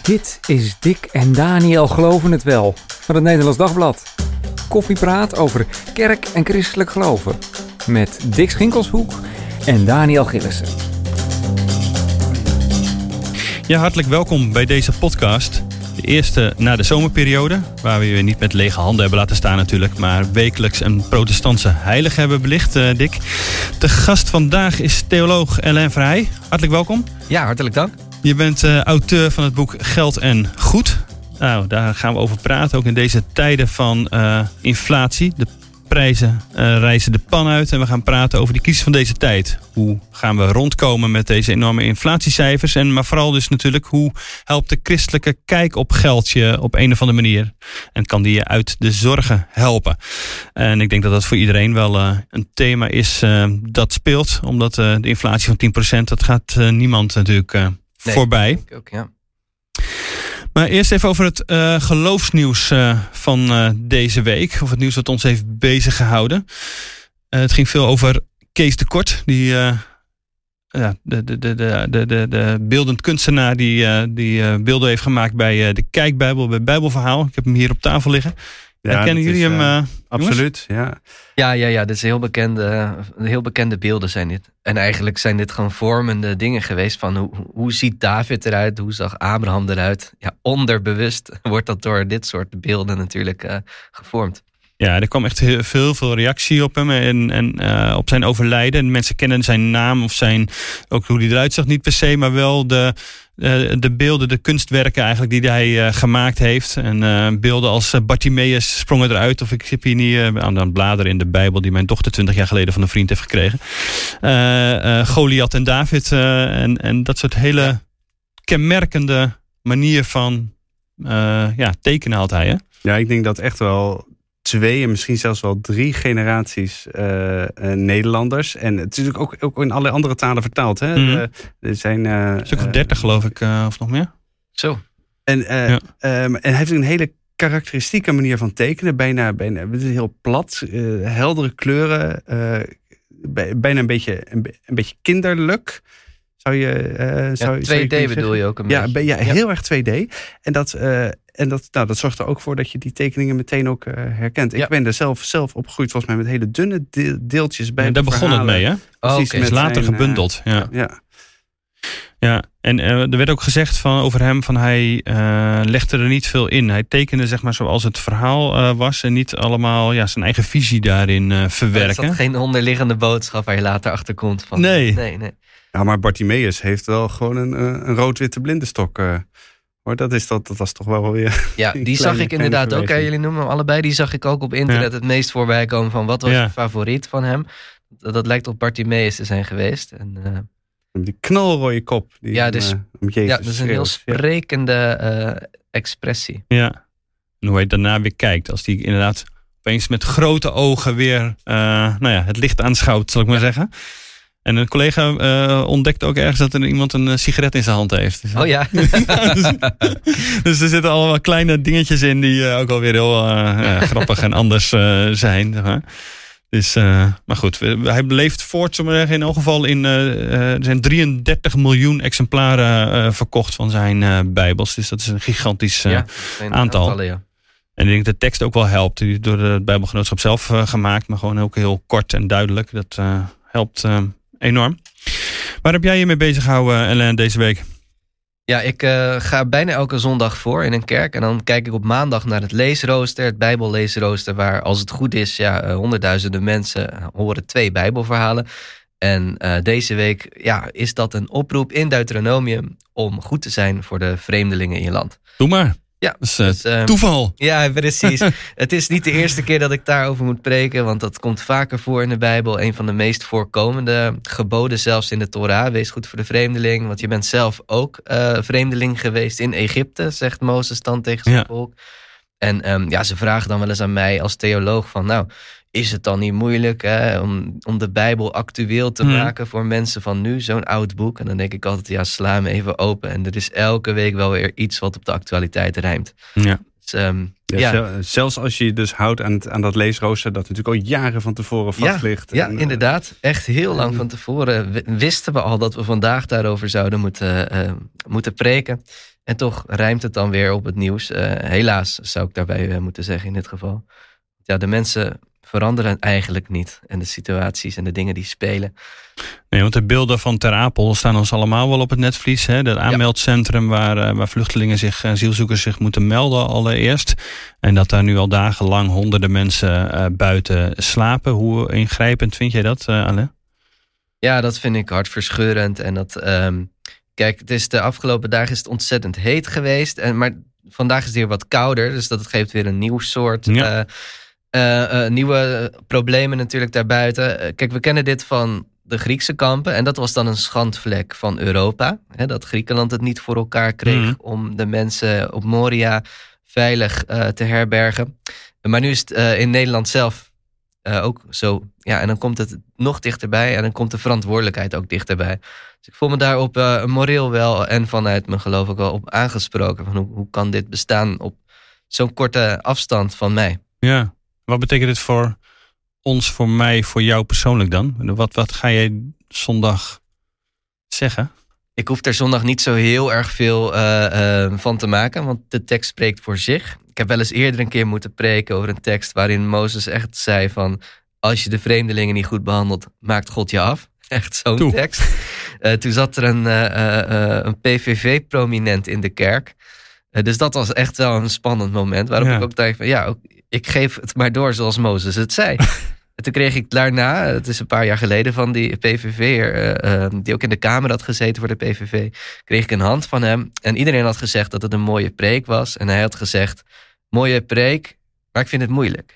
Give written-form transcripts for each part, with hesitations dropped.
Dit is Dick en Daniel Geloven het Wel van het Nederlands Dagblad. Koffiepraat over kerk en christelijk geloven. Met Dick Schinkelshoek en Daniel Gillissen. Ja, hartelijk welkom bij deze podcast. De eerste na de zomerperiode, waar we je niet met lege handen hebben laten staan natuurlijk, maar wekelijks een protestantse heilige hebben belicht, Dick. De gast vandaag is theoloog Alain Verheij. Hartelijk welkom. Ja, hartelijk dank. Je bent auteur van het boek Geld en Goed. Nou, daar gaan we over praten, ook in deze tijden van inflatie. De prijzen reizen de pan uit en we gaan praten over die crisis van deze tijd. Hoe gaan we rondkomen met deze enorme inflatiecijfers? Maar vooral dus natuurlijk, hoe helpt de christelijke kijk op geld je op een of andere manier? En kan die je uit de zorgen helpen? En ik denk dat dat voor iedereen wel een thema is dat speelt. Omdat de inflatie van 10%, dat gaat niemand natuurlijk voorbij. Denk ik ook, ja. Maar eerst even over het geloofsnieuws van deze week. Of het nieuws wat ons heeft bezig gehouden. Het ging veel over Kees de Kort. Die, de beeldend kunstenaar die beelden heeft gemaald bij de Kijkbijbel, bij Bijbelverhaal. Ik heb hem hier op tafel liggen. Ja, kennen jullie hem? Absoluut, ja. Ja, dit zijn heel bekende beelden zijn dit. En eigenlijk zijn dit gewoon vormende dingen geweest van hoe ziet David eruit, hoe zag Abraham eruit. Ja, onderbewust wordt dat door dit soort beelden natuurlijk gevormd. Ja, er kwam echt heel veel reactie op hem en op zijn overlijden. En mensen kennen zijn naam of ook hoe hij eruit zag niet per se, maar wel de beelden, de kunstwerken eigenlijk die hij gemaakt heeft. En beelden als Bartimaeus sprongen eruit. Of ik zit hier niet aan het bladeren in de Bijbel die mijn dochter 20 jaar geleden van een vriend heeft gekregen. Goliath en David en dat soort hele kenmerkende manier van tekenen had hij. Hè? Ja, ik denk dat echt wel 2 en misschien zelfs wel 3 generaties Nederlanders. En het is natuurlijk ook in alle andere talen vertaald. Hè? Mm-hmm. Er zijn stuk of 30 geloof ik, of nog meer. Zo. En hij heeft een hele karakteristieke manier van tekenen. Bijna het is heel plat, heldere kleuren. Bijna een beetje kinderlijk. Zou je 2D bedoel je ook een beetje. Ja, heel erg 2D. En dat zorgt er ook voor dat je die tekeningen meteen ook herkent. Ik ben er zelf opgegroeid volgens mij met hele dunne deeltjes bij. Daar begon het mee, hè? Precies, is later gebundeld. Ja, en er werd ook gezegd over hem van hij legde er niet veel in. Hij tekende zeg maar zoals het verhaal was en niet allemaal zijn eigen visie daarin verwerken. Er zat geen onderliggende boodschap waar je later achter komt van. Nee. Ja, maar Bartimaeus heeft wel gewoon een rood-witte blindenstok. Maar dat was toch wel weer. Ja, die zag ik inderdaad ook. Jullie noemen hem allebei. Die zag ik ook op internet het meest voorbij komen van wat was je favoriet van hem. Dat lijkt op Bartimaeus te zijn geweest. En, die knalrode kop. Dat is een heel sprekende expressie. Ja. En hoe hij daarna weer kijkt. Als hij inderdaad opeens met grote ogen weer het licht aanschouwt, zal ik maar zeggen. En een collega ontdekte ook ergens dat er iemand een sigaret in zijn hand heeft. Oh ja. Dus er zitten allemaal kleine dingetjes in die ook alweer heel grappig en anders zijn. Zeg maar. Dus, maar goed, hij leeft voort, zullen we zeggen. In elk geval er zijn 33 miljoen exemplaren verkocht van zijn Bijbels. Dus dat is een gigantisch aantal. En ik denk dat de tekst ook wel helpt. Die is door het Bijbelgenootschap zelf gemaakt, maar gewoon ook heel kort en duidelijk. Dat helpt enorm. Waar heb jij je mee bezig gehouden, Alain, deze week? Ja, ik ga bijna elke zondag voor in een kerk. En dan kijk ik op maandag naar het leesrooster, het Bijbelleesrooster, waar als het goed is, honderdduizenden mensen horen 2 Bijbelverhalen. En deze week is dat een oproep in Deuteronomium om goed te zijn voor de vreemdelingen in je land. Doe maar. Ja, dus, toeval. Ja, precies. Het is niet de eerste keer dat ik daarover moet preken, want dat komt vaker voor in de Bijbel. Een van de meest voorkomende geboden zelfs in de Torah. Wees goed voor de vreemdeling, want je bent zelf ook vreemdeling geweest in Egypte, zegt Mozes dan tegen zijn volk. En ze vragen dan wel eens aan mij als theoloog van, is het dan niet moeilijk om de Bijbel actueel te maken voor mensen van nu, zo'n oud boek? En dan denk ik altijd, sla hem even open. En er is elke week wel weer iets wat op de actualiteit rijmt. Ja. Dus, zelfs als je je dus houdt aan dat leesrooster, dat natuurlijk al jaren van tevoren vast ligt. Ja, inderdaad. Echt heel lang van tevoren wisten we al dat we vandaag daarover zouden moeten preken. En toch rijmt het dan weer op het nieuws. Helaas zou ik daarbij moeten zeggen in dit geval. Ja, de mensen veranderen eigenlijk niet. En de situaties en de dingen die spelen. Nee, want de beelden van Ter Apel staan ons allemaal wel op het netvlies. Hè? Dat aanmeldcentrum waar vluchtelingen asielzoekers zich moeten melden allereerst. En dat daar nu al dagenlang honderden mensen buiten slapen. Hoe ingrijpend vind jij dat, Alain? Ja, dat vind ik hartverscheurend. En dat, kijk, het is de afgelopen dagen is het ontzettend heet geweest. Maar vandaag is het weer wat kouder. Dus dat geeft weer een nieuw soort... nieuwe problemen natuurlijk daarbuiten. Kijk, we kennen dit van de Griekse kampen. En dat was dan een schandvlek van Europa. Hè, dat Griekenland het niet voor elkaar kreeg om de mensen op Moria veilig te herbergen. Maar nu is het in Nederland zelf ook zo. Ja, en dan komt het nog dichterbij. En dan komt de verantwoordelijkheid ook dichterbij. Dus ik voel me daarop moreel wel en vanuit mijn geloof ook wel op aangesproken. Van hoe kan dit bestaan op zo'n korte afstand van mij? Ja. Wat betekent dit voor ons, voor mij, voor jou persoonlijk dan? Wat ga jij zondag zeggen? Ik hoef er zondag niet zo heel erg veel van te maken, want de tekst spreekt voor zich. Ik heb wel eens eerder een keer moeten preken over een tekst waarin Mozes echt zei van... als je de vreemdelingen niet goed behandelt, maakt God je af. Echt zo'n tekst. Toen zat er een PVV-prominent in de kerk. Dus dat was echt wel een spannend moment. Waarop ik ook dacht van ik geef het maar door zoals Mozes het zei. En toen kreeg ik daarna, het is een paar jaar geleden, van die PVV'er... die ook in de Kamer had gezeten voor de PVV... kreeg ik een hand van hem. En iedereen had gezegd dat het een mooie preek was. En hij had gezegd, mooie preek, maar ik vind het moeilijk.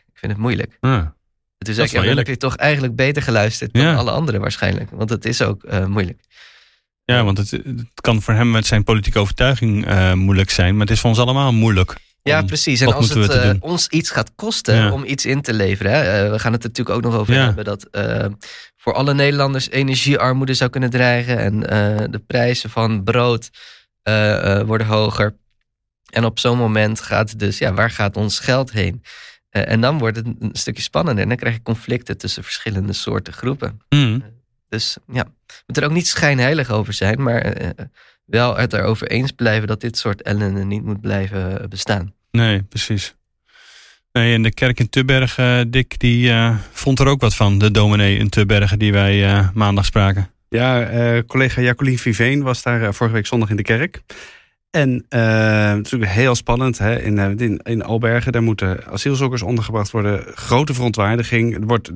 En toen zei ik, dan heb je toch eigenlijk beter geluisterd... dan alle anderen waarschijnlijk. Want het is ook moeilijk. Ja, want het kan voor hem met zijn politieke overtuiging moeilijk zijn. Maar het is voor ons allemaal moeilijk. Ja, precies. En als het ons iets gaat kosten om iets in te leveren... Hè, we gaan het er natuurlijk ook nog over hebben... dat voor alle Nederlanders energiearmoede zou kunnen dreigen... en de prijzen van brood worden hoger. En op zo'n moment gaat het dus... waar gaat ons geld heen? En dan wordt het een stukje spannender. En dan krijg je conflicten tussen verschillende soorten groepen. Dus ja, we moeten er ook niet schijnheilig over zijn... maar wel het erover eens blijven... dat dit soort ellende niet moet blijven bestaan. Nee, precies. Nee, en de kerk in Tubbergen, Dick, die vond er ook wat van. De dominee in Tubbergen die wij maandag spraken. Ja, collega Jacqueline Viveen was daar vorige week zondag in de kerk. En natuurlijk heel spannend. Hè? In Albergen, daar moeten asielzoekers ondergebracht worden. Grote verontwaardiging.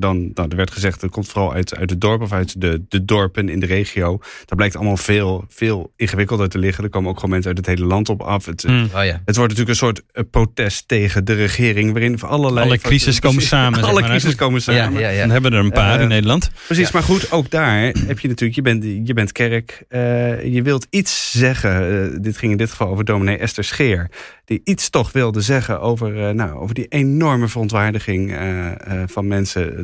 Er werd gezegd, het komt vooral uit het dorp of uit de dorpen in de regio. Dat blijkt allemaal veel ingewikkelder te liggen. Er komen ook gewoon mensen uit het hele land op af. Het wordt natuurlijk een soort protest tegen de regering. Waarin alle crises komen samen. Alle crises komen samen. Ja. Dan hebben we er een paar in Nederland. Precies, maar goed, ook daar heb je natuurlijk, je bent kerk. Je wilt iets zeggen. Dit ging in dit geval over dominee Esther Scheer. Die iets toch wilde zeggen over die enorme verontwaardiging van mensen.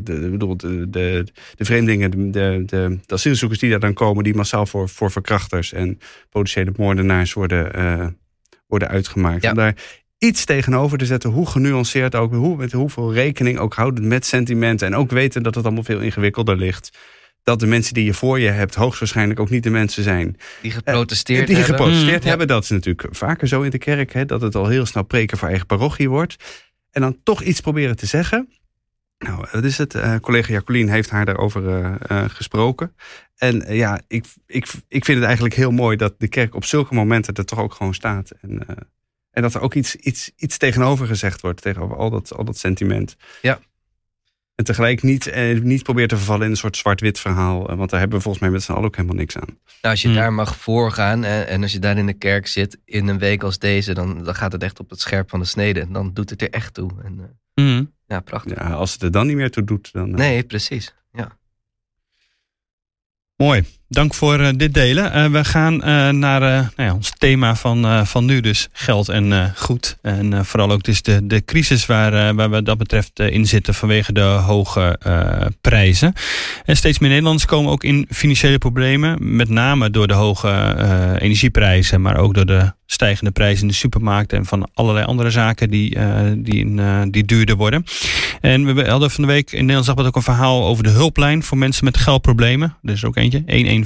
De vreemdelingen, de asielzoekers die daar dan komen, die massaal voor verkrachters en potentiële moordenaars worden uitgemaakt. Ja. Om daar iets tegenover te zetten, hoe genuanceerd ook, met hoeveel rekening ook houden met sentimenten. En ook weten dat het allemaal veel ingewikkelder ligt. Dat de mensen die je voor je hebt hoogstwaarschijnlijk ook niet de mensen zijn. Die geprotesteerd hebben. Dat is natuurlijk vaker zo in de kerk. Hè, dat het al heel snel preken voor eigen parochie wordt. En dan toch iets proberen te zeggen. Nou, dat is het. Collega Jacqueline heeft haar daarover gesproken. En ik vind het eigenlijk heel mooi dat de kerk op zulke momenten er toch ook gewoon staat. En dat er ook iets tegenover gezegd wordt. Tegenover al dat sentiment. Ja. En tegelijk niet probeert te vervallen in een soort zwart-wit verhaal. Want daar hebben we volgens mij met z'n allen ook helemaal niks aan. Nou, als je daar mag voorgaan en als je daar in de kerk zit in een week als deze... dan gaat het echt op het scherp van de snede. En dan doet het er echt toe. En, ja, prachtig. Ja, als het er dan niet meer toe doet, dan... Nee, precies. Ja. Mooi. Dank voor dit delen. We gaan naar ons thema van nu, dus geld en goed. En vooral ook dus de crisis waar we dat betreft in zitten vanwege de hoge prijzen. En steeds meer Nederlanders komen ook in financiële problemen. Met name door de hoge energieprijzen, maar ook door de stijgende prijzen in de supermarkten en van allerlei andere zaken die duurder worden. En we hadden van de week in Nederlands Dagblad ook een verhaal over de hulplijn voor mensen met geldproblemen. Er is ook eentje,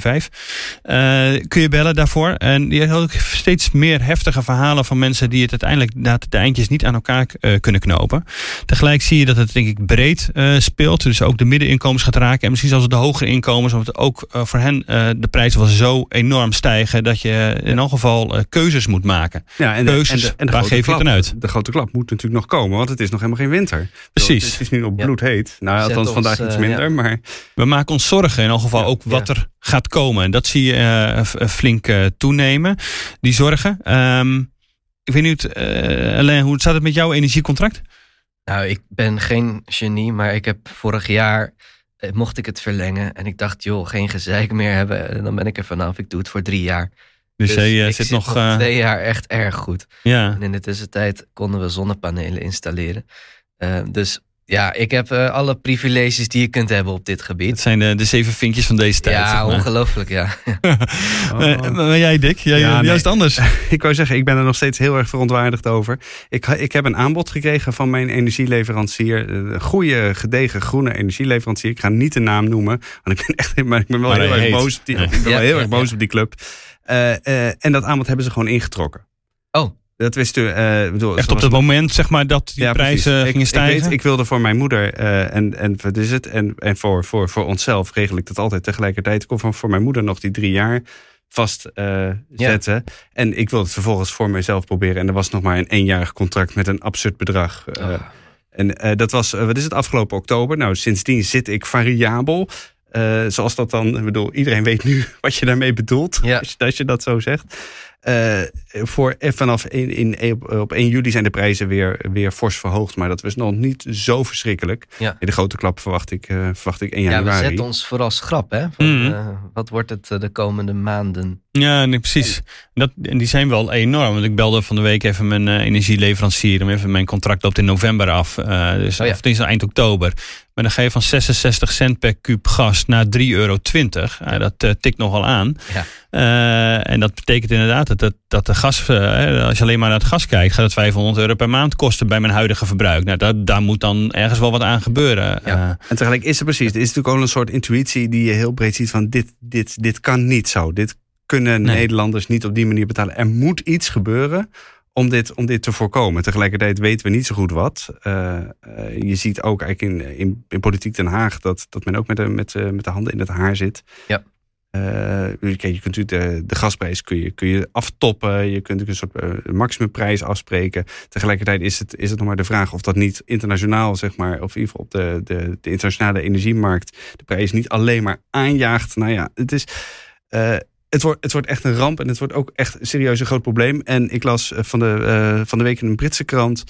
115. Kun je bellen daarvoor. En je had ook steeds meer heftige verhalen van mensen die het uiteindelijk de eindjes niet aan elkaar kunnen knopen. Tegelijk zie je dat het denk ik breed speelt. Dus ook de middeninkomens gaat raken. En misschien zelfs de hogere inkomens. Want ook voor hen de prijzen wel zo enorm stijgen dat je in elk geval keuzes moet maken. Ja, en keuzes, de waar geef je het dan uit? De grote klap moet natuurlijk nog komen, want het is nog helemaal geen winter. Precies. Het is nu nog bloedheet. Nou, althans vandaag iets minder. Maar we maken ons zorgen in elk geval ook wat er gaat komen. En dat zie je flink toenemen, die zorgen. Ik weet niet, Alain, hoe staat het met jouw energiecontract? Nou, ik ben geen genie, maar ik heb vorig jaar, mocht ik het verlengen. En ik dacht, joh, geen gezeik meer hebben. Dan ben ik er vanaf. Ik doe het voor 3 jaar. Dus je ik zit nog 2 jaar echt erg goed. Ja. En in de tussentijd konden we zonnepanelen installeren. Dus ja, ik heb alle privileges die je kunt hebben op dit gebied. Het zijn de 7 vinkjes van deze tijd. Ja, zeg maar. ongelooflijk, ja. Maar jij, Dick? Jou is het anders. Ik wou zeggen, ik ben er nog steeds heel erg verontwaardigd over. Ik heb een aanbod gekregen van mijn energieleverancier. Een goede, gedegen groene energieleverancier. Ik ga niet de naam noemen. Want ik ben wel heel erg boos op die, erg boos op die club. En dat aanbod hebben ze gewoon ingetrokken. Oh. Dat wist u. Echt op het moment, zeg maar, dat die prijzen gingen stijgen? Ik wilde voor mijn moeder en wat is het? En voor onszelf regel ik dat altijd tegelijkertijd. Ik kon voor mijn moeder nog die 3 jaar vast zetten. En ik wilde het vervolgens voor mezelf proberen. En er was nog maar een 1-jarig contract met een absurd bedrag. En dat was, wat is het, afgelopen oktober. Nou, sindsdien zit ik variabel. Zoals dat dan, ik bedoel, iedereen weet nu wat je daarmee bedoelt. Ja. Als je dat zo zegt. Vanaf op 1 juli zijn de prijzen weer fors verhoogd. Maar dat was nog niet zo verschrikkelijk. Ja. De grote klap verwacht ik 1 januari. Ja, we zetten ons vooral schrap, hè? Wat wordt het de komende maanden? Ja, nee, precies. En die zijn wel enorm. Want ik belde van de week even mijn energieleverancier. Even mijn contract loopt in november af. Of is eind oktober. Maar dan ga je van 66 cent per kuub gas naar €3,20. Dat tikt nogal aan. Ja. En dat betekent inderdaad dat de gas, als je alleen maar naar het gas kijkt, gaat het €500 per maand kosten bij mijn huidige verbruik. Nou, daar moet dan ergens wel wat aan gebeuren. Ja. En tegelijk is er precies, er is natuurlijk ook een soort intuïtie die je heel breed ziet van dit kan niet zo. Dit kunnen Nederlanders niet op die manier betalen. Er moet iets gebeuren om dit te voorkomen. Tegelijkertijd weten we niet zo goed wat. Je ziet ook eigenlijk in politiek Den Haag dat men ook met de handen in het haar zit. Ja. Je kunt natuurlijk de gasprijs kun je aftoppen. Je kunt een soort maximumprijs afspreken. Tegelijkertijd is het nog maar de vraag of dat niet internationaal, zeg maar, of in ieder geval op de internationale energiemarkt de prijs niet alleen maar aanjaagt. Nou ja, het is. Het wordt echt een ramp en het wordt ook echt serieus een groot probleem. En ik las van de week in een Britse krant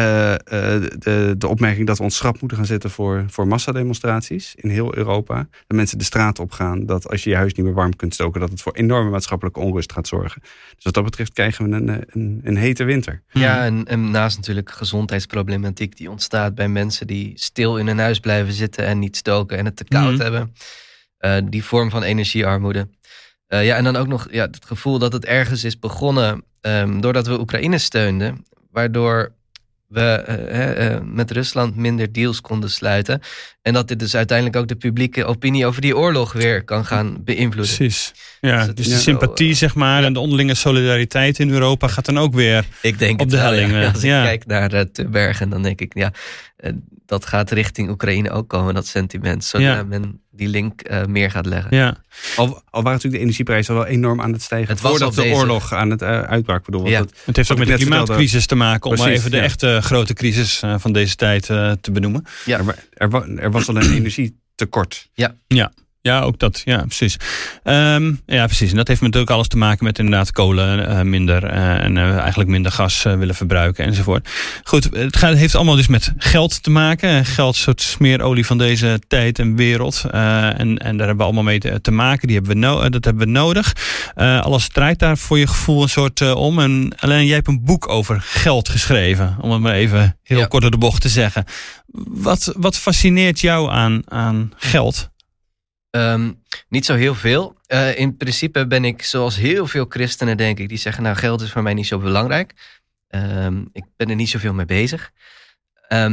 de opmerking dat we ons schrap moeten gaan zetten voor massademonstraties in heel Europa. Dat mensen de straat op gaan, dat als je je huis niet meer warm kunt stoken, dat het voor enorme maatschappelijke onrust gaat zorgen. Dus wat dat betreft krijgen we een hete winter. Ja, en naast natuurlijk gezondheidsproblematiek die ontstaat bij mensen die stil in hun huis blijven zitten en niet stoken en het te koud hebben. Die vorm van energiearmoede. En dan ook nog het gevoel dat het ergens is begonnen doordat we Oekraïne steunden. Waardoor we met Rusland minder deals konden sluiten. En dat dit dus uiteindelijk ook de publieke opinie over die oorlog weer kan gaan beïnvloeden. Precies. Ja, dus de sympathie, zeg maar, en de onderlinge solidariteit in Europa gaat dan ook weer op de helling. Ja. Als ik kijk naar Terbergen, dan denk ik, dat gaat richting Oekraïne ook komen, dat sentiment. Zodra men die link meer gaat leggen. Ja. Al waren natuurlijk de energieprijzen wel enorm aan het stijgen voordat de oorlog aan het uitbrak. Het heeft ook met de klimaatcrisis te maken, om maar even de echte grote crisis van deze tijd te benoemen. Ja, er was al een energietekort. Ja, ook dat. Ja, precies. Precies. En dat heeft natuurlijk alles te maken met inderdaad kolen minder en eigenlijk minder gas willen verbruiken enzovoort. Goed, het heeft allemaal dus met geld te maken. Geld is een soort smeerolie van deze tijd en wereld. En daar hebben we allemaal mee te maken. Dat hebben we nodig. Alles draait daar voor je gevoel een soort om. En alleen jij hebt een boek over geld geschreven. Om het maar even heel kort door de bocht te zeggen. Wat fascineert jou aan geld? Niet zo heel veel. In principe ben ik zoals heel veel christenen, denk ik, die zeggen, nou, geld is voor mij niet zo belangrijk. Ik ben er niet zoveel mee bezig.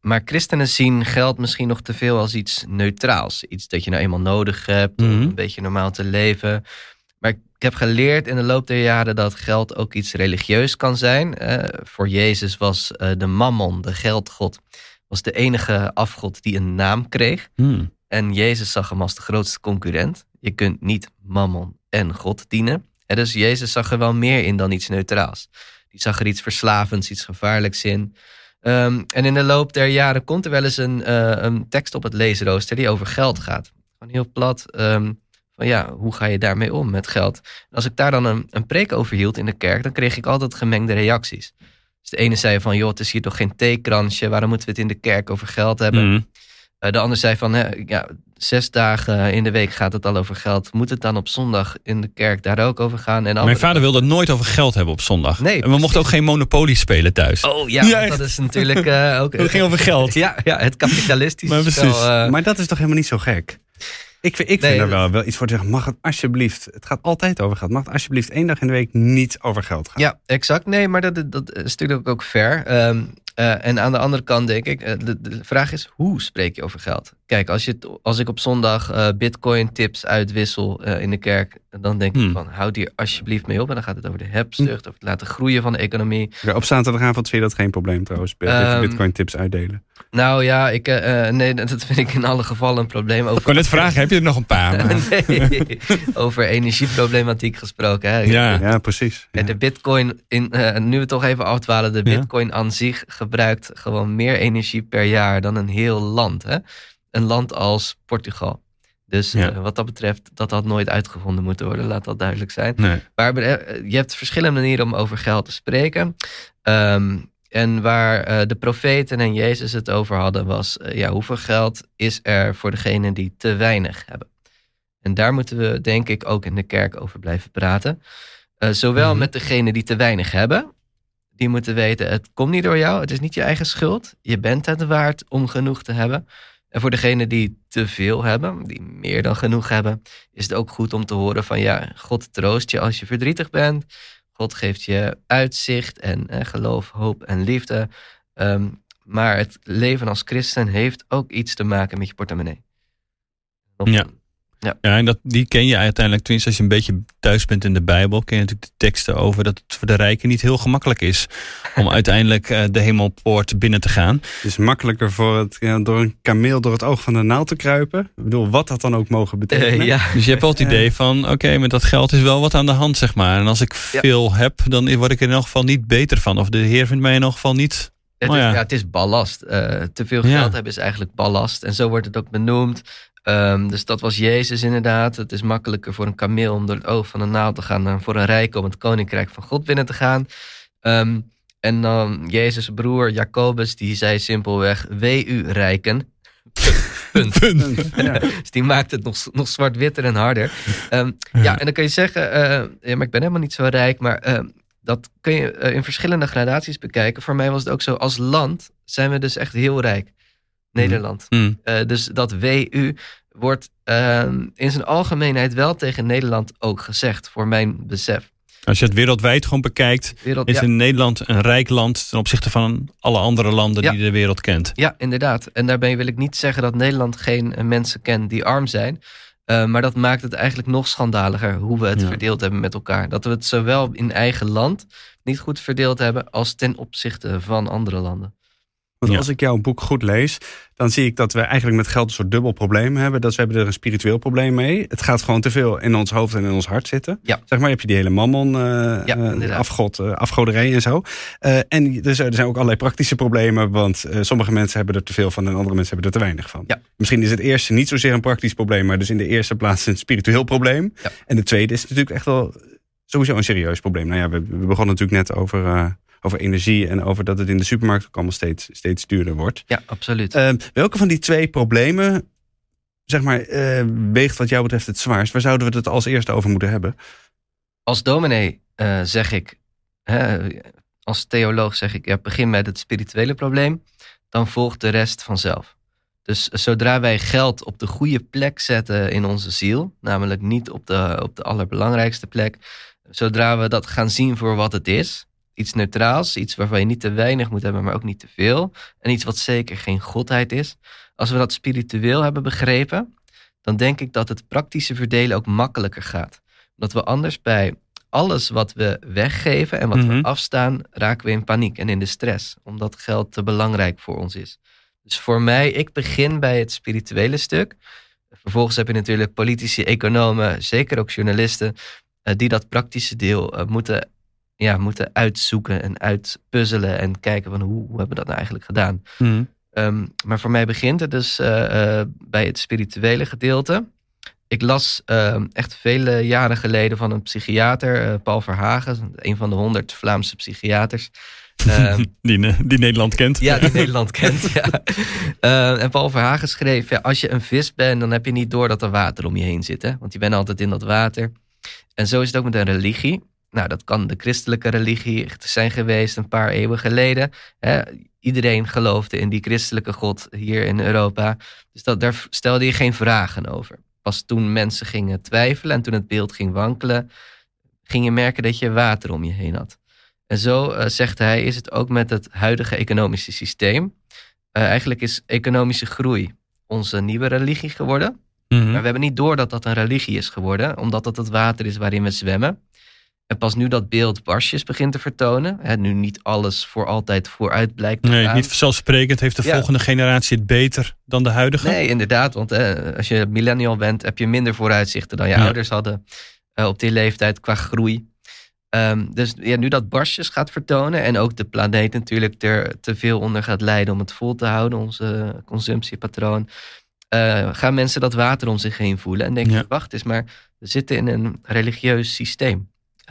Maar christenen zien geld misschien nog te veel als iets neutraals. Iets dat je nou eenmaal nodig hebt om een beetje normaal te leven. Maar ik heb geleerd in de loop der jaren dat geld ook iets religieus kan zijn. Voor Jezus was de mammon, de geldgod, was de enige afgod die een naam kreeg. En Jezus zag hem als de grootste concurrent. Je kunt niet mammon en God dienen. En dus Jezus zag er wel meer in dan iets neutraals. Die zag er iets verslavends, iets gevaarlijks in. En in de loop der jaren komt er wel eens een tekst op het leesrooster die over geld gaat. Gewoon heel plat. Van hoe ga je daarmee om met geld? En als ik daar dan een preek over hield in de kerk, dan kreeg ik altijd gemengde reacties. Dus de ene zei van, joh, het is hier toch geen theekransje, waarom moeten we het in de kerk over geld hebben? De ander zei van, 6 dagen in de week gaat het al over geld. Moet het dan op zondag in de kerk daar ook over gaan? En Mijn vader wilde het nooit over geld hebben op zondag. Nee, en we mochten ook geen Monopoly spelen thuis. Oh ja, dat is natuurlijk ook... Het ging over geld. Ja, het kapitalistische spel. Maar dat is toch helemaal niet zo gek? Ik vind er wel iets voor te zeggen. Mag het alsjeblieft, het gaat altijd over geld. Mag het alsjeblieft 1 dag in de week niet over geld gaan? Ja, exact. Nee, maar dat is natuurlijk ook fair. En aan de andere kant denk ik, de vraag is, hoe spreek je over geld? Kijk, als ik op zondag bitcoin tips uitwissel in de kerk, dan denk ik van, houd hier alsjeblieft mee op. En dan gaat het over de hebzucht, over het laten groeien van de economie. Ja, op zaterdagavond vind je dat geen probleem trouwens, bitcoin tips uitdelen? Nou ja, nee, dat vind ik in alle gevallen een probleem. Ik kon net vragen, heb je er nog een paar? Nee, over energieproblematiek gesproken. Hè? Ja, precies. Ja. En de bitcoin, nu we toch even afdwalen, de bitcoin aan zich gebruikt gewoon meer energie per jaar dan een heel land. Hè? Een land als Portugal. Dus wat dat betreft, dat had nooit uitgevonden moeten worden, laat dat duidelijk zijn. Nee. Maar je hebt verschillende manieren om over geld te spreken. En waar de profeten en Jezus het over hadden was, hoeveel geld is er voor degenen die te weinig hebben? En daar moeten we denk ik ook in de kerk over blijven praten. Zowel met degenen die te weinig hebben. Die moeten weten, het komt niet door jou, het is niet je eigen schuld. Je bent het waard om genoeg te hebben. En voor degenen die te veel hebben, die meer dan genoeg hebben, is het ook goed om te horen van God troost je als je verdrietig bent. God geeft je uitzicht en geloof, hoop en liefde. Maar het leven als christen heeft ook iets te maken met je portemonnee. Ja, en die ken je uiteindelijk, tenminste als je een beetje thuis bent in de Bijbel, ken je natuurlijk de teksten over dat het voor de rijken niet heel gemakkelijk is om uiteindelijk de hemelpoort binnen te gaan. Het is makkelijker door een kameel door het oog van de naald te kruipen. Ik bedoel, wat dat dan ook mogen betekenen. Dus je hebt wel het idee van, oké, met dat geld is wel wat aan de hand, zeg maar. En als ik veel heb, dan word ik er in elk geval niet beter van. Of de Heer vindt mij in elk geval niet... Het is ballast. Te veel geld hebben is eigenlijk ballast. En zo wordt het ook benoemd. Dus dat was Jezus inderdaad. Het is makkelijker voor een kameel om door het oog van een naald te gaan dan voor een rijk om het koninkrijk van God binnen te gaan. En dan Jezus' broer Jacobus, die zei simpelweg, wee u rijken. Punt. Ja. Dus die maakt het nog zwart-witter en harder. En dan kun je zeggen, maar ik ben helemaal niet zo rijk, maar dat kun je in verschillende gradaties bekijken. Voor mij was het ook zo, als land zijn we dus echt heel rijk. Nederland. Dus dat WU wordt in zijn algemeenheid wel tegen Nederland ook gezegd, voor mijn besef. Als je het wereldwijd gewoon bekijkt, is in Nederland een rijk land ten opzichte van alle andere landen die de wereld kent. Ja, inderdaad. En daarbij wil ik niet zeggen dat Nederland geen mensen kent die arm zijn. Maar dat maakt het eigenlijk nog schandaliger hoe we het verdeeld hebben met elkaar. Dat we het zowel in eigen land niet goed verdeeld hebben als ten opzichte van andere landen. Want als ik jouw boek goed lees, dan zie ik dat we eigenlijk met geld een soort dubbel probleem hebben. Dat we hebben er een spiritueel probleem mee. Het gaat gewoon te veel in ons hoofd en in ons hart zitten. Ja. Zeg maar, heb je die hele mammon, afgoderij en zo. En er zijn ook allerlei praktische problemen. Want sommige mensen hebben er te veel van en andere mensen hebben er te weinig van. Ja. Misschien is het eerste niet zozeer een praktisch probleem, maar dus in de eerste plaats een spiritueel probleem. Ja. En de tweede is natuurlijk echt wel sowieso een serieus probleem. Nou ja, we begonnen natuurlijk net over energie en over dat het in de supermarkt ook allemaal steeds duurder wordt. Ja, absoluut. Welke van die twee problemen, zeg maar, weegt wat jou betreft het zwaarst? Waar zouden we het als eerste over moeten hebben? Als dominee zeg ik, als theoloog zeg ik, begin met het spirituele probleem, dan volgt de rest vanzelf. Dus zodra wij geld op de goede plek zetten in onze ziel, namelijk niet op de allerbelangrijkste plek, zodra we dat gaan zien voor wat het is Iets neutraals, iets waarvan je niet te weinig moet hebben, maar ook niet te veel. En iets wat zeker geen godheid is. Als we dat spiritueel hebben begrepen, dan denk ik dat het praktische verdelen ook makkelijker gaat. Omdat we anders bij alles wat we weggeven en wat we afstaan, raken we in paniek en in de stress. Omdat geld te belangrijk voor ons is. Dus voor mij, ik begin bij het spirituele stuk. Vervolgens heb je natuurlijk politici, economen, zeker ook journalisten, die dat praktische deel moeten uitzoeken en uitpuzzelen en kijken van hoe hebben we dat nou eigenlijk gedaan. Maar voor mij begint het dus bij het spirituele gedeelte. Ik las echt vele jaren geleden van een psychiater, Paul Verhagen, een van de 100 Vlaamse psychiaters. Die Nederland kent. Ja, die Nederland kent. Ja. En Paul Verhagen schreef, als je een vis bent, dan heb je niet door dat er water om je heen zit. Hè? Want je bent altijd in dat water. En zo is het ook met een religie. Nou, dat kan de christelijke religie zijn geweest een paar eeuwen geleden. Iedereen geloofde in die christelijke God hier in Europa. Dus daar stelde je geen vragen over. Pas toen mensen gingen twijfelen en toen het beeld ging wankelen, ging je merken dat je water om je heen had. En zo, zegt hij, is het ook met het huidige economische systeem. Eigenlijk is economische groei onze nieuwe religie geworden. Maar we hebben niet door dat dat een religie is geworden, omdat dat het water is waarin we zwemmen. En pas nu dat beeld barstjes begint te vertonen, nu niet alles voor altijd vooruit blijkt te gaan. Nee, niet vanzelfsprekend heeft de volgende generatie het beter dan de huidige. Nee, inderdaad, want als je millennial bent, heb je minder vooruitzichten dan je ouders hadden op die leeftijd qua groei. Dus nu dat barstjes gaat vertonen en ook de planeet natuurlijk er te veel onder gaat lijden om het vol te houden, onze consumptiepatroon, gaan mensen dat water om zich heen voelen en denken, wacht eens, maar we zitten in een religieus systeem.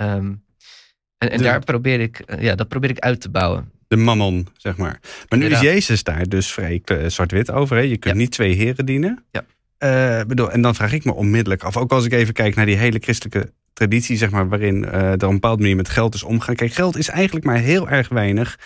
Dat probeer ik uit te bouwen. De mammon, zeg maar. Maar nu is Jezus daar dus vrij zwart-wit over. Hè? Je kunt niet twee heren dienen. Ja. En dan vraag ik me onmiddellijk af, ook als ik even kijk naar die hele christelijke traditie, zeg maar, waarin er op een bepaalde manier met geld is omgaan. Kijk, geld is eigenlijk maar heel erg weinig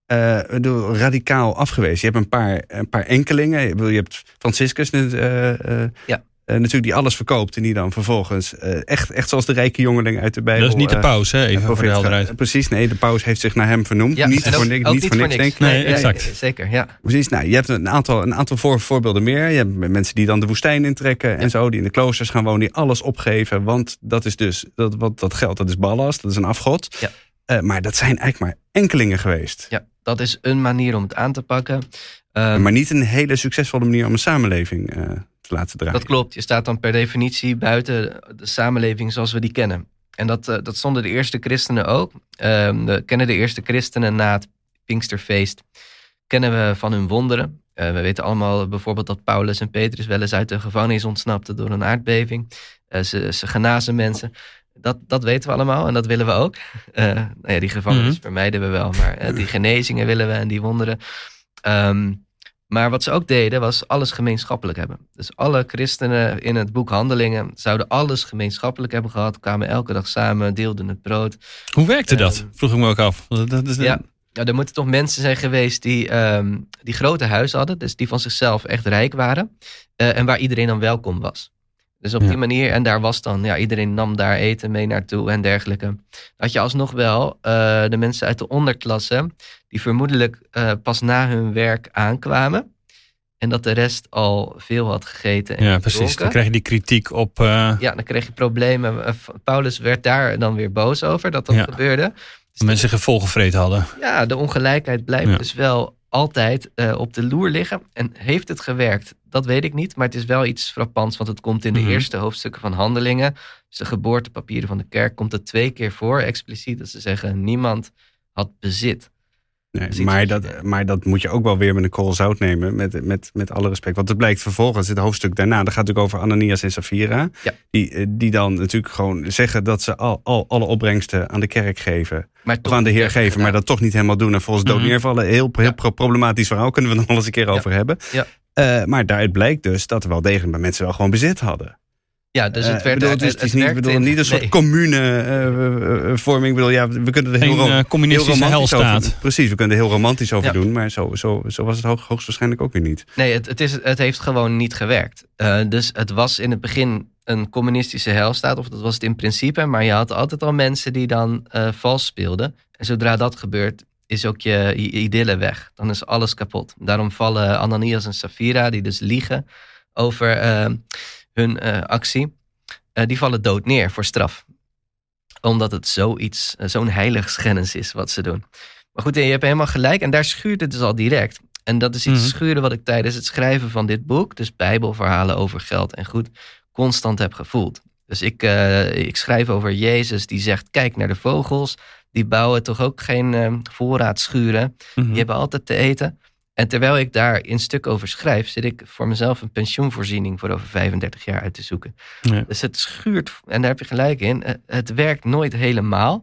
radicaal afgewezen. Je hebt een paar enkelingen. Je hebt Franciscus natuurlijk die alles verkoopt en die dan vervolgens echt zoals de rijke jongeling uit de Bijbel. Dat is niet de paus, hè? Even voor de helderheid. Precies, nee, de paus heeft zich naar hem vernoemd. Ja, niet voor niks, denk ik. Nee, exact. Zeker, ja. Precies, nou, je hebt een aantal voorbeelden meer. Je hebt mensen die dan de woestijn intrekken en zo, die in de kloosters gaan wonen, die alles opgeven, want dat is dus, dat geld, dat is ballast, dat is een afgod. Ja. Maar dat zijn eigenlijk maar enkelingen geweest. Ja, dat is een manier om het aan te pakken. Maar niet een hele succesvolle manier om een samenleving te laten draaien. Dat klopt. Je staat dan per definitie buiten de samenleving zoals we die kennen. En dat stonden de eerste christenen ook. We kennen de eerste christenen na het Pinksterfeest. Kennen we van hun wonderen. We weten allemaal bijvoorbeeld dat Paulus en Petrus wel eens uit de gevangenis ontsnapten door een aardbeving. Ze genazen mensen. Dat weten we allemaal en dat willen we ook. Die gevangenis vermijden we wel, maar die genezingen willen we en die wonderen. Maar wat ze ook deden was alles gemeenschappelijk hebben. Dus alle christenen in het boek Handelingen zouden alles gemeenschappelijk hebben gehad. Kwamen elke dag samen, deelden het brood. Hoe werkte dat? Vroeg ik me ook af. Er moeten toch mensen zijn geweest die grote huizen hadden. Dus die van zichzelf echt rijk waren. En waar iedereen dan welkom was. Dus op die manier, en daar was dan, iedereen nam daar eten mee naartoe en dergelijke. Had je alsnog wel de mensen uit de onderklasse, die vermoedelijk pas na hun werk aankwamen. En dat de rest al veel had gegeten en gedronken. Precies. Dan krijg je die kritiek op. Dan kreeg je problemen. Paulus werd daar dan weer boos over dat gebeurde. Dus mensen zich volgevreten hadden. Ja, de ongelijkheid blijft dus wel altijd op de loer liggen. En heeft het gewerkt? Dat weet ik niet. Maar het is wel iets frappants. Want het komt in de eerste hoofdstukken van Handelingen. Dus de geboortepapieren van de kerk komt er 2 keer voor. Expliciet dat ze zeggen, niemand had bezit. Nee, maar dat moet je ook wel weer met een korrel zout nemen. Met alle respect. Want het blijkt vervolgens, het hoofdstuk daarna, dat gaat natuurlijk over Ananias en Safira. Ja. Die dan natuurlijk gewoon zeggen dat ze alle opbrengsten aan de kerk geven. Of aan de Heer geven, maar dat toch niet helemaal doen. En volgens dood neervallen. Heel problematisch verhaal, kunnen we nog wel eens een keer over hebben. Ja. Maar daaruit blijkt dus dat er wel degelijk bij mensen wel gewoon bezit hadden. Ja, dus het werd het is niet een soort commune-vorming. We kunnen er heel communistische helstaat. Over, precies, we kunnen er heel romantisch over doen. Maar zo was het hoogstwaarschijnlijk ook weer niet. Nee, het heeft gewoon niet gewerkt. Dus het was in het begin een communistische helstaat. Of dat was het in principe. Maar je had altijd al mensen die dan vals speelden. En zodra dat gebeurt, is ook je idylle weg. Dan is alles kapot. Daarom vallen Ananias en Safira, die dus liegen over hun actie, die vallen dood neer voor straf. Omdat het zo'n heiligschennis is wat ze doen. Maar goed, je hebt helemaal gelijk. En daar schuurt het dus al direct. En dat is iets schuren wat ik tijdens het schrijven van dit boek, dus Bijbelverhalen over geld en goed, constant heb gevoeld. Dus ik schrijf over Jezus die zegt, kijk naar de vogels. Die bouwen toch ook geen voorraadschuren. Die hebben altijd te eten. En terwijl ik daar in stuk over schrijf, zit ik voor mezelf een pensioenvoorziening voor over 35 jaar uit te zoeken. Ja. Dus het schuurt, en daar heb je gelijk in, het werkt nooit helemaal.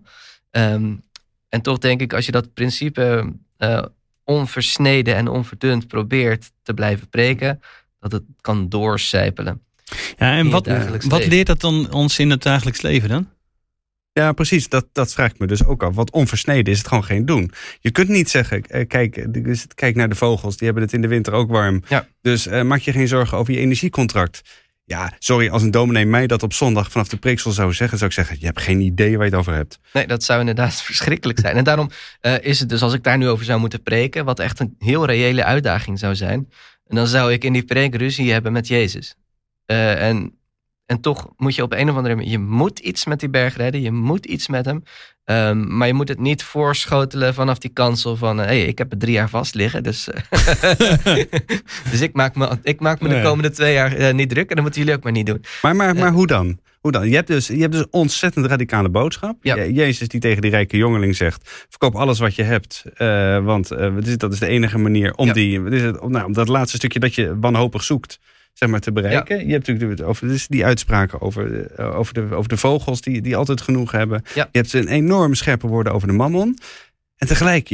En toch denk ik, als je dat principe onversneden en onverdund probeert te blijven preken, dat het kan doorcijpelen. Ja, en wat leert dat dan ons in het dagelijks leven dan? Ja, precies. Dat vraag ik me dus ook af. Wat onversneden is het gewoon geen doen. Je kunt niet zeggen, kijk naar de vogels. Die hebben het in de winter ook warm. Ja. Dus maak je geen zorgen over je energiecontract. Ja, sorry, als een dominee mij dat op zondag vanaf de preeksel zou ik zeggen, je hebt geen idee waar je het over hebt. Nee, dat zou inderdaad verschrikkelijk zijn. En daarom is het dus, als ik daar nu over zou moeten preken, wat echt een heel reële uitdaging zou zijn. En dan zou ik in die preek ruzie hebben met Jezus. En toch moet je op een of andere manier, je moet iets met die berg redden, je moet iets met hem. Maar je moet het niet voorschotelen vanaf die kansel van, ik heb het 3 jaar vast liggen. Dus, dus ik maak me de komende 2 jaar niet druk en dat moeten jullie ook maar niet doen. Maar hoe dan? Je hebt dus een ontzettend radicale boodschap. Ja. Jezus die tegen die rijke jongeling zegt, verkoop alles wat je hebt. Want dat is de enige manier om dat laatste stukje dat je wanhopig zoekt, zeg maar, te bereiken. Ja. Je hebt natuurlijk over die uitspraken over de vogels die altijd genoeg hebben. Ja. Je hebt een enorm scherpe woorden over de mammon. En tegelijk,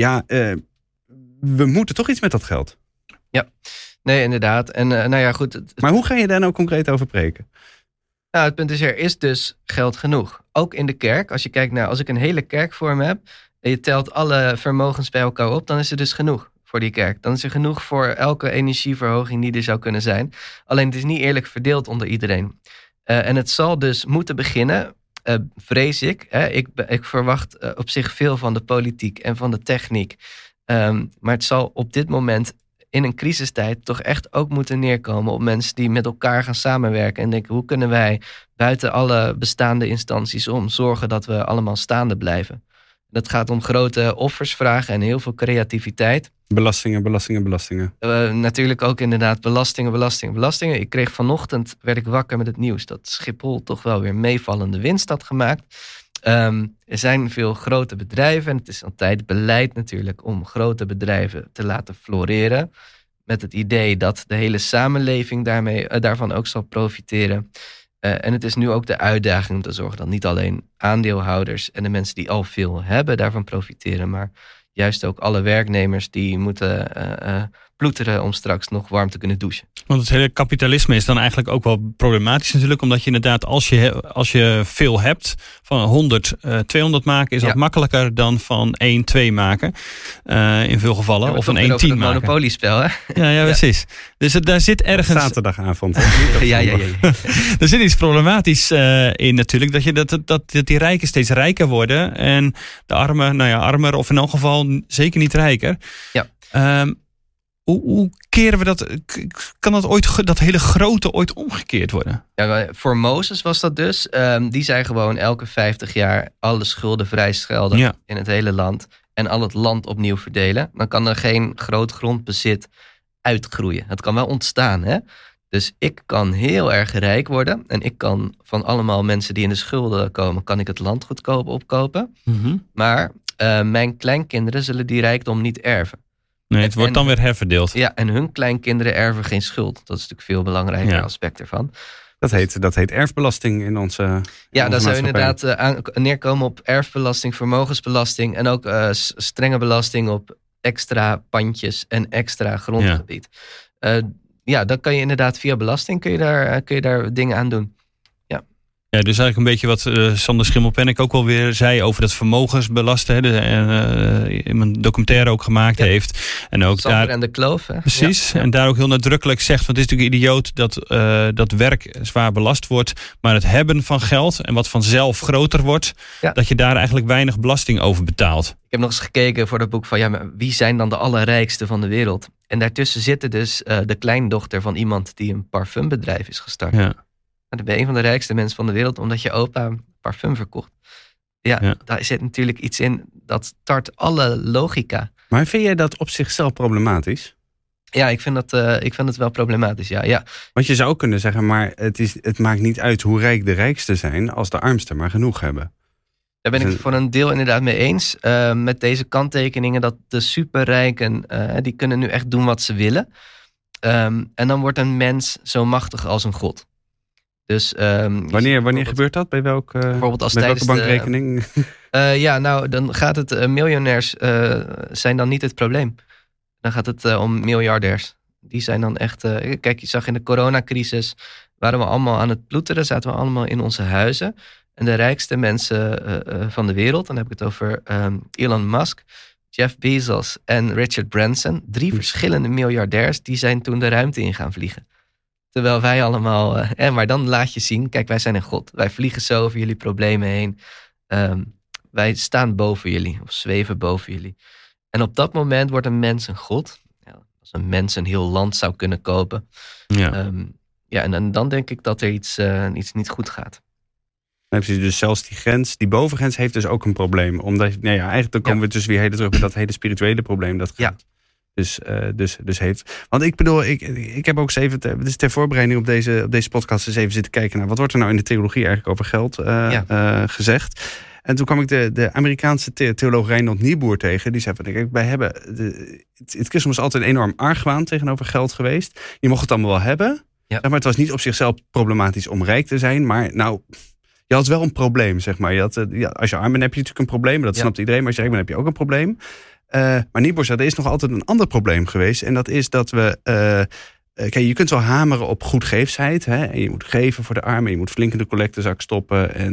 we moeten toch iets met dat geld. Ja, nee, inderdaad. En goed. Maar hoe ga je daar nou concreet over preken? Nou, het punt is, er is dus geld genoeg. Ook in de kerk. Als je kijkt naar, als ik een hele kerk voor me heb en je telt alle vermogens bij elkaar op, dan is er dus genoeg voor die kerk. Dan is er genoeg voor elke energieverhoging die er zou kunnen zijn. Alleen het is niet eerlijk verdeeld onder iedereen. En het zal dus moeten beginnen, vrees ik. Ik verwacht op zich veel van de politiek en van de techniek. Maar het zal op dit moment in een crisistijd toch echt ook moeten neerkomen op mensen die met elkaar gaan samenwerken. En denken, hoe kunnen wij buiten alle bestaande instanties om zorgen dat we allemaal staande blijven? Dat gaat om grote offers vragen en heel veel creativiteit. Belastingen. Natuurlijk ook inderdaad belastingen. Ik kreeg vanochtend, werd ik wakker met het nieuws dat Schiphol toch wel weer meevallende winst had gemaakt. Er zijn veel grote bedrijven en het is altijd beleid natuurlijk om grote bedrijven te laten floreren. Met het idee dat de hele samenleving daarvan ook zal profiteren. En het is nu ook de uitdaging om te zorgen dat niet alleen aandeelhouders en de mensen die al veel hebben daarvan profiteren, maar juist ook alle werknemers die moeten ploeteren om straks nog warm te kunnen douchen. Want het hele kapitalisme is dan eigenlijk ook wel problematisch natuurlijk, omdat je inderdaad als je veel hebt, van 100, 200 maken is wat makkelijker dan van 1, 2 maken. In veel gevallen. Of van 1, 10 maken. Het monopoliespel, hè? Ja, precies. Dus daar zit ergens... Zaterdagavond. Ja. Er zit iets problematisch in natuurlijk, dat die rijken steeds rijker worden en de armen, armer of in elk geval zeker niet rijker. Ja. Hoe keren we dat? Kan dat hele grote ooit omgekeerd worden? Ja, voor Mozes was dat dus. Die zei gewoon elke 50 jaar alle schulden vrijschelden in het hele land. En al het land opnieuw verdelen. Dan kan er geen groot grondbezit uitgroeien. Het kan wel ontstaan, hè? Dus ik kan heel erg rijk worden. En ik kan van allemaal mensen die in de schulden komen, kan ik het land goedkoop opkopen. Mm-hmm. Maar mijn kleinkinderen zullen die rijkdom niet erven. Nee, het wordt dan weer herverdeeld. Ja, en hun kleinkinderen erven geen schuld. Dat is natuurlijk veel belangrijker aspect ervan. Dat heet erfbelasting in onze dat zou inderdaad neerkomen op erfbelasting, vermogensbelasting en ook strenge belasting op extra pandjes en extra grondgebied. Dat kan je inderdaad via belasting kun je daar dingen aan doen. Ja. Ja, dus eigenlijk een beetje wat Sander Schimmelpenninck ook alweer zei over dat vermogensbelasten. In mijn documentaire ook gemaakt heeft. En ook Sander daar en de Kloof. Hè? Precies. Ja. En daar ook heel nadrukkelijk zegt, want het is natuurlijk idioot dat werk zwaar belast wordt. Maar het hebben van geld en wat vanzelf groter wordt, dat je daar eigenlijk weinig belasting over betaalt. Ik heb nog eens gekeken voor dat boek van maar wie zijn dan de allerrijkste van de wereld? En daartussen zitten dus de kleindochter van iemand die een parfumbedrijf is gestart. Ja. Dan ben je een van de rijkste mensen van de wereld omdat je opa parfum verkocht. Ja, daar zit natuurlijk iets in dat tart alle logica. Maar vind jij dat op zichzelf problematisch? Ja, ik vind het wel problematisch, ja. Want je zou kunnen zeggen, maar het maakt niet uit hoe rijk de rijksten zijn als de armsten maar genoeg hebben. Daar ben ik voor een deel inderdaad mee eens. Met deze kanttekeningen dat de superrijken, die kunnen nu echt doen wat ze willen. En dan wordt een mens zo machtig als een god. Dus, wanneer gebeurt dat? Bij bijvoorbeeld als welke bankrekening? Dan gaat het miljonairs zijn dan niet het probleem. Dan gaat het om miljardairs. Die zijn dan echt... kijk, je zag in de coronacrisis waren we allemaal aan het ploeteren. Zaten we allemaal in onze huizen. En de rijkste mensen van de wereld, dan heb ik het over Elon Musk, Jeff Bezos en Richard Branson. 3 verschillende miljardairs, die zijn toen de ruimte in gaan vliegen. Terwijl wij allemaal... maar dan laat je zien, kijk, wij zijn een god. Wij vliegen zo over jullie problemen heen. Wij staan boven jullie, of zweven boven jullie. En op dat moment wordt een mens een god. Als een mens een heel land zou kunnen kopen. Ja. En dan denk ik dat er iets niet goed gaat. Nee, precies, dus zelfs die grens, die bovengrens heeft dus ook een probleem. Omdat, eigenlijk dan komen we dus weer terug bij dat hele spirituele probleem dat gaat. Dus heeft. Want ik bedoel, ik heb ook eens even ter voorbereiding op deze podcast eens even zitten kijken naar wat wordt er nou in de theologie eigenlijk over geld gezegd. En toen kwam ik de Amerikaanse theoloog Reinhold Niebuhr tegen. Die zei van, kijk, wij hebben het christendom is altijd een enorm argwaan tegenover geld geweest. Je mocht het allemaal wel hebben. Ja. Maar het was niet op zichzelf problematisch om rijk te zijn. Maar je had wel een probleem, zeg maar. Als je arm bent heb je natuurlijk een probleem. Dat snapt iedereen. Maar als je rijk bent heb je ook een probleem. Maar Niebuhr zei, er is nog altijd een ander probleem geweest. En dat is dat we... kijk, je kunt wel hameren op goedgeefsheid. Hè? En je moet geven voor de armen. Je moet flink in de collectezak stoppen. En,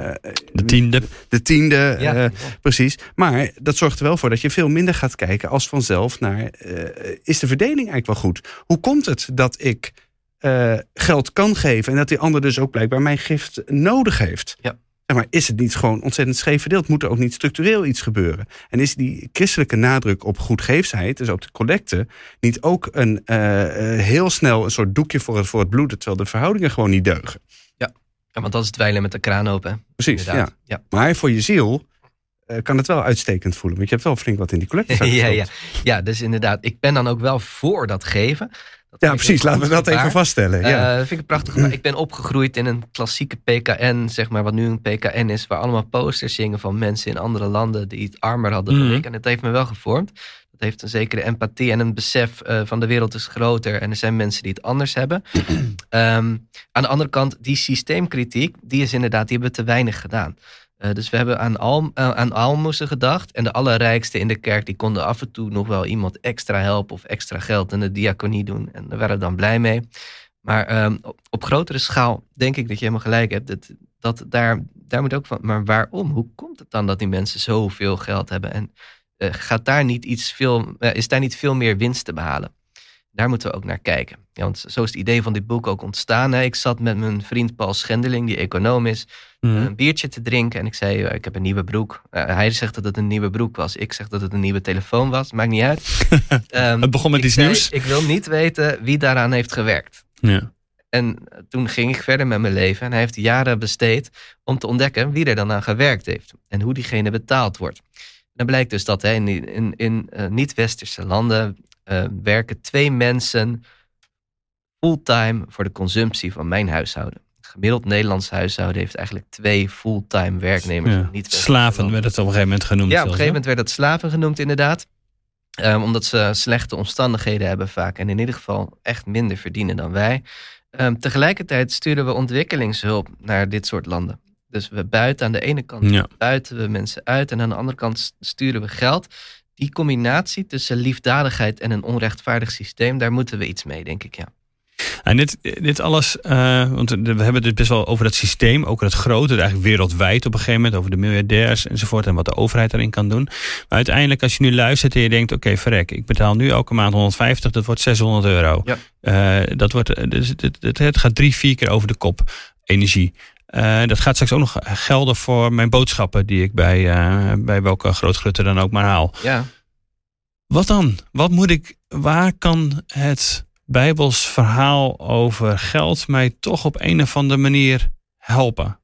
de tiende, precies. Maar dat zorgt er wel voor dat je veel minder gaat kijken als vanzelf naar... is de verdeling eigenlijk wel goed? Hoe komt het dat ik geld kan geven... en dat die ander dus ook blijkbaar mijn gift nodig heeft? Ja. Maar is het niet gewoon ontzettend scheef verdeeld? Moet er ook niet structureel iets gebeuren? En is die christelijke nadruk op goedgeefsheid, dus op de collecte, niet ook heel snel een soort doekje voor het bloeden, terwijl de verhoudingen gewoon niet deugen? Ja, want dat is het dweilen met de kraan open. Precies, ja. Maar voor je ziel kan het wel uitstekend voelen. Want je hebt wel flink wat in die collecte gestopt. Ja, dus inderdaad. Ik ben dan ook wel voor dat geven. Precies. Laten we dat even vaststellen. Dat vind ik prachtig. Ik ben opgegroeid in een klassieke PKN, zeg maar, wat nu een PKN is, waar allemaal posters hingen van mensen in andere landen die het armer hadden dan ik. En het heeft me wel gevormd. Dat heeft een zekere empathie en een besef van de wereld is groter en er zijn mensen die het anders hebben. Aan de andere kant, die systeemkritiek, die hebben te weinig gedaan. Dus we hebben aan aalmoezen gedacht. En de allerrijkste in de kerk, die konden af en toe nog wel iemand extra helpen of extra geld in de diaconie doen. En daar waren we dan blij mee. Maar op grotere schaal denk ik dat je helemaal gelijk hebt. Dat daar moet ook van. Maar waarom? Hoe komt het dan dat die mensen zoveel geld hebben? En is daar niet veel meer winst te behalen? Daar moeten we ook naar kijken. Ja, want zo is het idee van dit boek ook ontstaan. Hè. Ik zat met mijn vriend Paul Schendeling, die econoom is, een biertje te drinken. En ik zei, ik heb een nieuwe broek. Hij zegt dat het een nieuwe broek was. Ik zeg dat het een nieuwe telefoon was. Maakt niet uit. Het begon met iets nieuws. Ik wil niet weten wie daaraan heeft gewerkt. Ja. En toen ging ik verder met mijn leven. En hij heeft jaren besteed om te ontdekken wie er dan aan gewerkt heeft. En hoe diegene betaald wordt. En dan blijkt dus dat in niet-westerse landen werken 2 mensen fulltime voor de consumptie van mijn huishouden. Een gemiddeld Nederlands huishouden heeft eigenlijk 2 fulltime werknemers. Ja. Slaven werd het op een gegeven moment genoemd. Ja, op een gegeven moment werd het slaven genoemd inderdaad. Omdat ze slechte omstandigheden hebben vaak. En in ieder geval echt minder verdienen dan wij. Tegelijkertijd sturen we ontwikkelingshulp naar dit soort landen. Dus we buiten aan de ene kant buiten we mensen uit. En aan de andere kant sturen we geld. Die combinatie tussen liefdadigheid en een onrechtvaardig systeem, daar moeten we iets mee, denk ik, ja. En dit alles, want we hebben het best wel over dat systeem, ook het grote, eigenlijk wereldwijd op een gegeven moment, over de miljardairs enzovoort en wat de overheid daarin kan doen. Maar uiteindelijk als je nu luistert en je denkt, oké, verrek, ik betaal nu elke maand 150, dat wordt €600. Ja. Het gaat 3-4 keer over de kop, energie. Dat gaat straks ook nog gelden voor mijn boodschappen die ik bij welke grootgrutter dan ook maar haal. Ja. Wat dan? Waar kan het Bijbels verhaal over geld mij toch op een of andere manier helpen?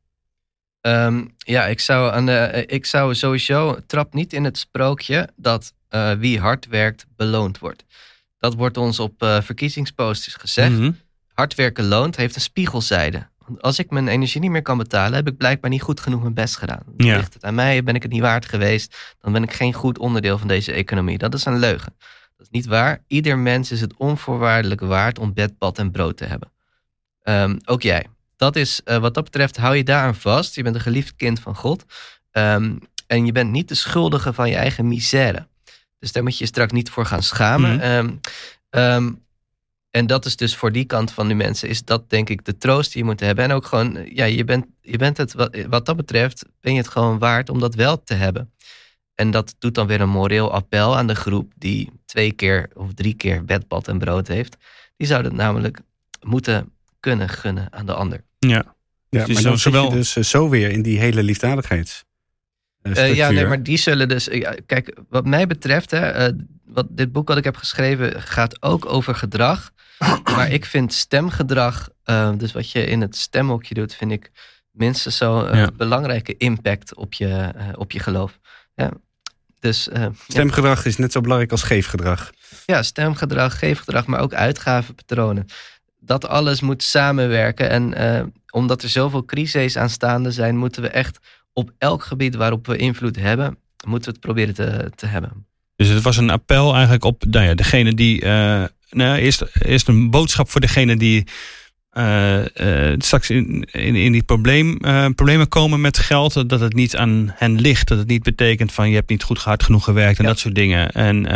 Ik zou sowieso, trap niet in het sprookje dat wie hard werkt beloond wordt. Dat wordt ons op verkiezingsposters gezegd. Mm-hmm. Hard werken loont, heeft een spiegelzijde. Als ik mijn energie niet meer kan betalen, heb ik blijkbaar niet goed genoeg mijn best gedaan. Ja. Ligt het aan mij, ben ik het niet waard geweest, dan ben ik geen goed onderdeel van deze economie. Dat is een leugen. Dat is niet waar. Ieder mens is het onvoorwaardelijk waard om bed, bad en brood te hebben. Ook jij. Dat is, wat dat betreft, hou je daaraan vast. Je bent een geliefd kind van God. En je bent niet de schuldige van je eigen misère. Dus daar moet je je straks niet voor gaan schamen. Mm-hmm. En dat is dus voor die kant van de mensen, is dat denk ik de troost die je moet hebben. En ook gewoon, ja, je bent het, wat dat betreft, ben je het gewoon waard om dat wel te hebben. En dat doet dan weer een moreel appel aan de groep die 2 keer of 3 keer bed, bad en brood heeft. Die zouden het namelijk moeten kunnen gunnen aan de ander. Ja, Ja, maar dan zit je dus zo weer in die hele liefdadigheidsstructuur. Maar die zullen dus... kijk, wat mij betreft, dit boek wat ik heb geschreven gaat ook over gedrag. Maar ik vind stemgedrag, dus wat je in het stemhokje doet, vind ik minstens zo'n belangrijke impact op je geloof. Ja. Dus, stemgedrag is net zo belangrijk als geefgedrag. Ja, stemgedrag, geefgedrag, maar ook uitgavenpatronen. Dat alles moet samenwerken. En omdat er zoveel crises aanstaande zijn, moeten we echt op elk gebied waarop we invloed hebben, moeten we het proberen te hebben. Dus het was een appel eigenlijk op degene die... eerst een boodschap voor degene die straks in die problemen komen met geld. Dat het niet aan hen ligt. Dat het niet betekent van je hebt niet goed hard genoeg gewerkt en dat soort dingen.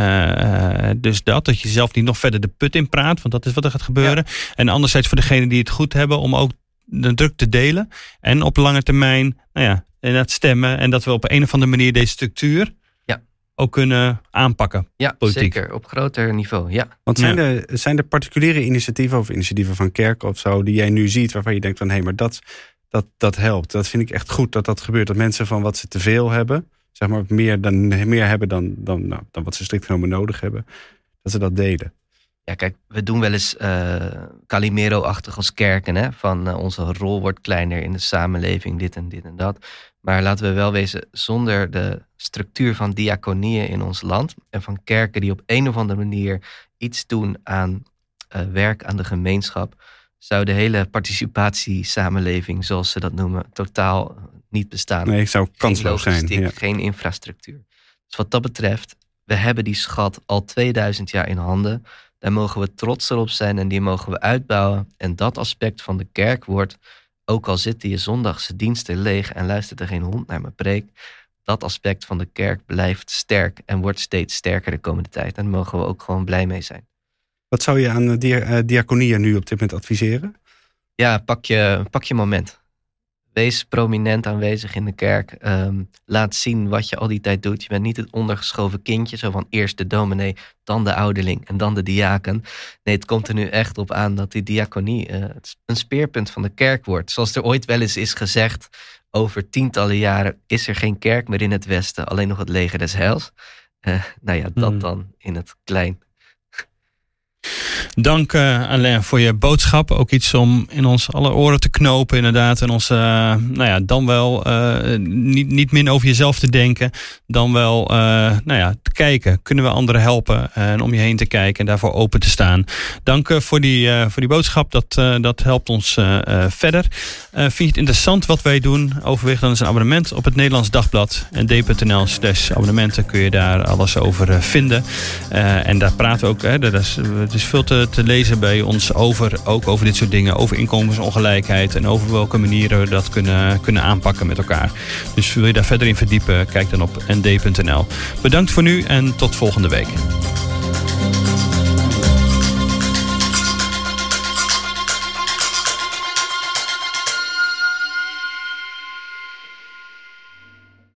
En dus dat je zelf niet nog verder de put in praat. Want dat is wat er gaat gebeuren. Ja. En anderzijds voor degene die het goed hebben om ook de druk te delen. En op lange termijn en dat stemmen. En dat we op een of andere manier deze structuur ook kunnen aanpakken. Ja, politiek. Zeker. Op groter niveau, ja. Want zijn er particuliere initiatieven of initiatieven van kerken of zo die jij nu ziet waarvan je denkt van hé, maar dat helpt. Dat vind ik echt goed dat gebeurt. Dat mensen van wat ze te veel hebben, zeg maar meer hebben dan wat ze strikt genomen nodig hebben, dat ze dat delen. Ja, kijk, we doen wel eens Calimero-achtig als kerken, hè? Van onze rol wordt kleiner in de samenleving, dit en dat. Maar laten we wel wezen, zonder de structuur van diaconieën in ons land en van kerken die op een of andere manier iets doen aan werk aan de gemeenschap, zou de hele participatiesamenleving, zoals ze dat noemen, totaal niet bestaan. Nee, het zou kansloos zijn. Ja. Geen infrastructuur. Dus wat dat betreft, we hebben die schat al 2000 jaar in handen. Daar mogen we trots op zijn en die mogen we uitbouwen. En dat aspect van de kerk wordt, ook al zitten je zondagse diensten leeg en luistert er geen hond naar mijn preek, dat aspect van de kerk blijft sterk en wordt steeds sterker de komende tijd. En daar mogen we ook gewoon blij mee zijn. Wat zou je aan diaconieën nu op dit moment adviseren? Ja, pak je moment. Wees prominent aanwezig in de kerk. Laat zien wat je al die tijd doet. Je bent niet het ondergeschoven kindje, zo van eerst de dominee, dan de ouderling en dan de diaken. Nee, het komt er nu echt op aan dat die diaconie een speerpunt van de kerk wordt. Zoals er ooit wel eens is gezegd, over tientallen jaren is er geen kerk meer in het Westen, alleen nog het leger des heils. Dat dan in het klein. Dank Alain voor je boodschap. Ook iets om in ons alle oren te knopen inderdaad. En ons dan wel niet min over jezelf te denken. Dan wel te kijken. Kunnen we anderen helpen? En om je heen te kijken en daarvoor open te staan. Dank voor die boodschap. Dat helpt ons verder. Vind je het interessant wat wij doen? Overweeg dan eens een abonnement op het Nederlands Dagblad. nd.nl/abonnementen kun je daar alles over vinden. En daar praten we ook. Het is veel te lezen bij ons ook over dit soort dingen. Over inkomensongelijkheid en over welke manieren we dat kunnen aanpakken met elkaar. Dus wil je daar verder in verdiepen, kijk dan op nd.nl. Bedankt voor nu en tot volgende week.